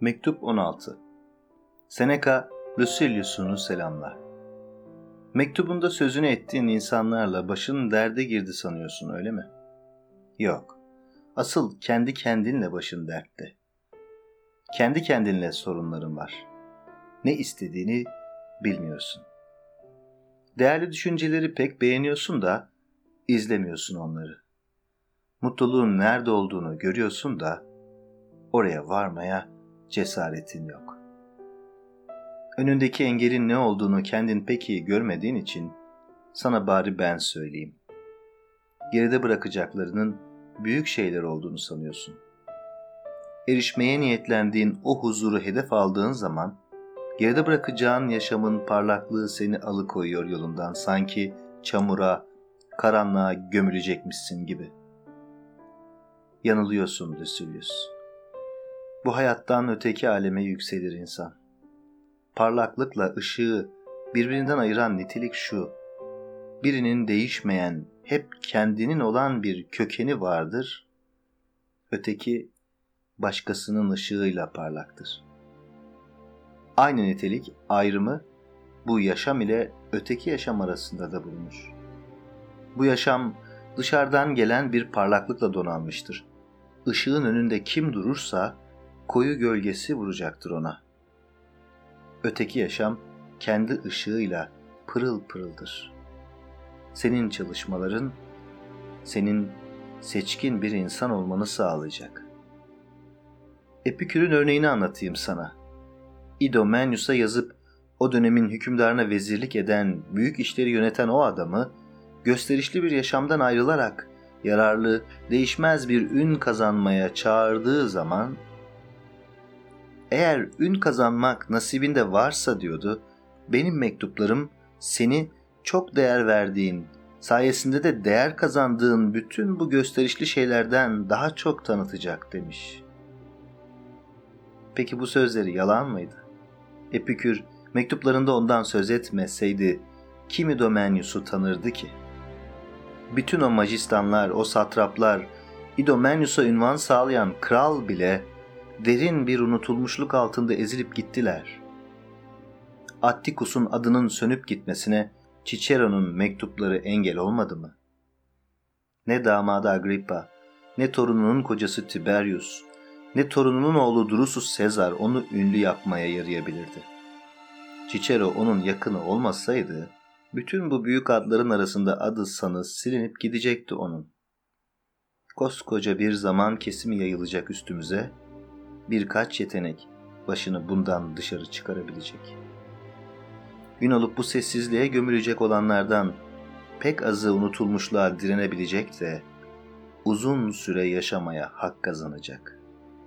Mektup 16. Seneca, Lucilius'unu selamlar. Mektubunda sözünü ettiğin insanlarla başın derde girdi sanıyorsun, öyle mi? Yok. Asıl kendi kendinle başın dertte. Kendi kendinle sorunların var. Ne istediğini bilmiyorsun. Değerli düşünceleri pek beğeniyorsun da izlemiyorsun onları. Mutluluğun nerede olduğunu görüyorsun da oraya varmaya cesaretin yok. Önündeki engelin ne olduğunu kendin pek iyi görmediğin için sana bari ben söyleyeyim. Geride bırakacaklarının büyük şeyler olduğunu sanıyorsun. Erişmeye niyetlendiğin o huzuru hedef aldığın zaman geride bırakacağın yaşamın parlaklığı seni alıkoyuyor yolundan, sanki çamura, karanlığa gömülecekmişsin gibi. Yanılıyorsun Lucilius. Bu hayattan öteki aleme yükselir insan. Parlaklıkla ışığı birbirinden ayıran nitelik şu: birinin değişmeyen, hep kendinin olan bir kökeni vardır, öteki başkasının ışığıyla parlaktır. Aynı nitelik ayrımı bu yaşam ile öteki yaşam arasında da bulunur. Bu yaşam dışarıdan gelen bir parlaklıkla donanmıştır. Işığın önünde kim durursa koyu gölgesi vuracaktır ona. Öteki yaşam kendi ışığıyla pırıl pırıldır. Senin çalışmaların, senin seçkin bir insan olmanı sağlayacak. Epikür'ün örneğini anlatayım sana. İdomenius'a yazıp o dönemin hükümdarına vezirlik eden, büyük işleri yöneten o adamı gösterişli bir yaşamdan ayrılarak yararlı, değişmez bir ün kazanmaya çağırdığı zaman, eğer ün kazanmak nasibinde varsa diyordu, benim mektuplarım seni çok değer verdiğin, sayesinde de değer kazandığın bütün bu gösterişli şeylerden daha çok tanıtacak demiş. Peki bu sözleri yalan mıydı? Epikür mektuplarında ondan söz etmeseydi kim İdomenius'u tanırdı ki? Bütün o majistanlar, o satraplar, İdomenius'a ünvan sağlayan kral bile derin bir unutulmuşluk altında ezilip gittiler. Atticus'un adının sönüp gitmesine Cicero'nun mektupları engel olmadı mı? Ne damadı Agrippa, ne torununun kocası Tiberius, ne torununun oğlu Drusus Caesar onu ünlü yapmaya yarayabilirdi. Cicero onun yakını olmasaydı, bütün bu büyük adların arasında adı sanı silinip gidecekti onun. Koskoca bir zaman kesimi yayılacak üstümüze, birkaç yetenek başını bundan dışarı çıkarabilecek. Gün olup bu sessizliğe gömülecek olanlardan pek azı unutulmuşluğa direnebilecek de uzun süre yaşamaya hak kazanacak.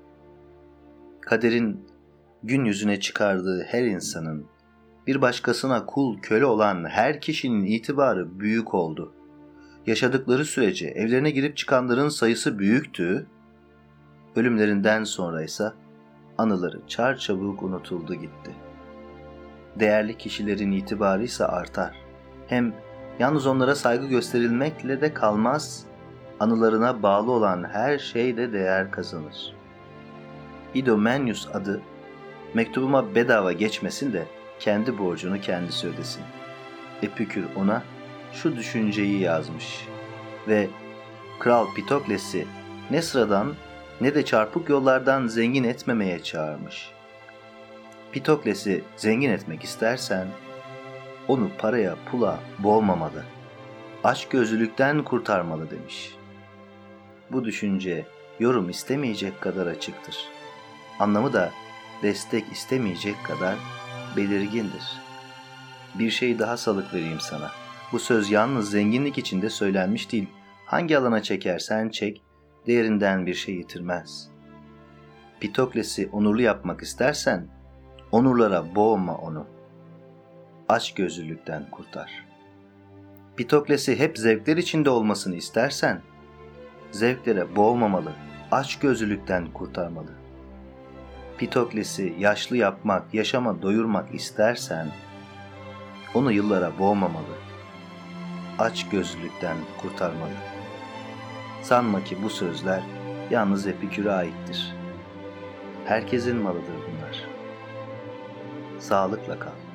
Kaderin gün yüzüne çıkardığı her insanın, bir başkasına kul köle olan her kişinin itibarı büyük oldu. Yaşadıkları sürece evlerine girip çıkanların sayısı büyüktü, ölümlerinden sonra ise anıları çarçabuk unutuldu gitti. Değerli kişilerin itibarı ise artar. Hem yalnız onlara saygı gösterilmekle de kalmaz, anılarına bağlı olan her şey de değer kazanır. İdomenius adı mektubuma bedava geçmesin de kendi borcunu kendisi ödesin. Epikür ona şu düşünceyi yazmış ve Kral Pitokles'i ne sıradan ne de çarpık yollardan zengin etmemeye çağırmış. Pitokles'i zengin etmek istersen onu paraya pula boğmamalı, açgözlülükten kurtarmalı demiş. Bu düşünce yorum istemeyecek kadar açıktır. Anlamı da destek istemeyecek kadar belirgindir. Bir şey daha salık vereyim sana. Bu söz yalnız zenginlik içinde söylenmiş değil. Hangi alana çekersen çek, değerinden bir şey yitirmez. Pitokles'i onurlu yapmak istersen, onurlara boğma onu. Açgözlülükten kurtar. Pitokles'i hep zevkler içinde olmasını istersen, zevklere boğmamalı, açgözlülükten kurtarmalı. Pitokles'i yaşlı yapmak, yaşama doyurmak istersen, onu yıllara boğmamalı, açgözlülükten kurtarmalı. Sanma ki bu sözler yalnız Epikür'e aittir. Herkesin malıdır bunlar. Sağlıkla kal.